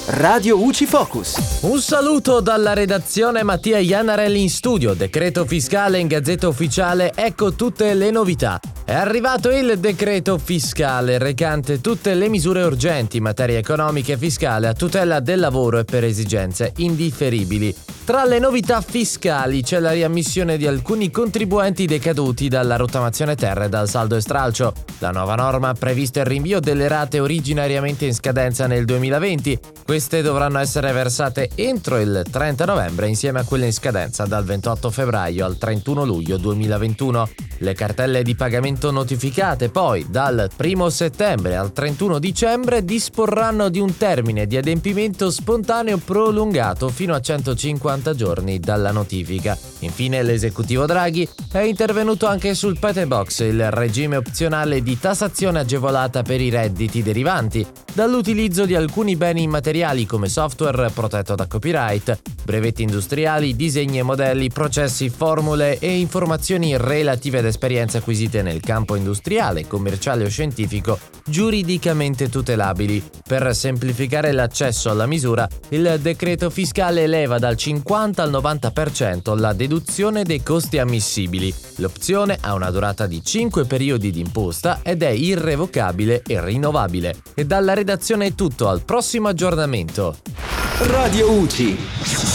Radio UCI Focus. Un saluto dalla redazione Mattia Iannarelli in studio. Decreto fiscale in Gazzetta Ufficiale, ecco tutte le novità. È arrivato il decreto fiscale recante tutte le misure urgenti in materia economica e fiscale a tutela del lavoro e per esigenze indifferibili. Tra le novità fiscali c'è la riammissione di alcuni contribuenti decaduti dalla rottamazione terra e dal saldo e stralcio. La nuova norma ha previsto il rinvio delle rate originariamente in scadenza nel 2020. Queste dovranno essere versate entro il 30 novembre insieme a quelle in scadenza dal 28 febbraio al 31 luglio 2021. Le cartelle di pagamento notificate poi dal 1 settembre al 31 dicembre disporranno di un termine di adempimento spontaneo prolungato fino a 150 giorni dalla notifica. Infine l'esecutivo Draghi è intervenuto anche sul Patent Box, il regime opzionale di tassazione agevolata per i redditi derivanti dall'utilizzo di alcuni beni immateriali come software protetto da copyright, brevetti industriali, disegni e modelli, processi, formule e informazioni relative ad esperienze acquisite nel campo industriale, commerciale o scientifico giuridicamente tutelabili. Per semplificare l'accesso alla misura, il decreto fiscale eleva dal 50 al 90% la deduzione dei costi ammissibili. L'opzione ha una durata di 5 periodi di imposta ed è irrevocabile e rinnovabile. E dalla redazione è tutto, al prossimo aggiornamento. Radio UCI.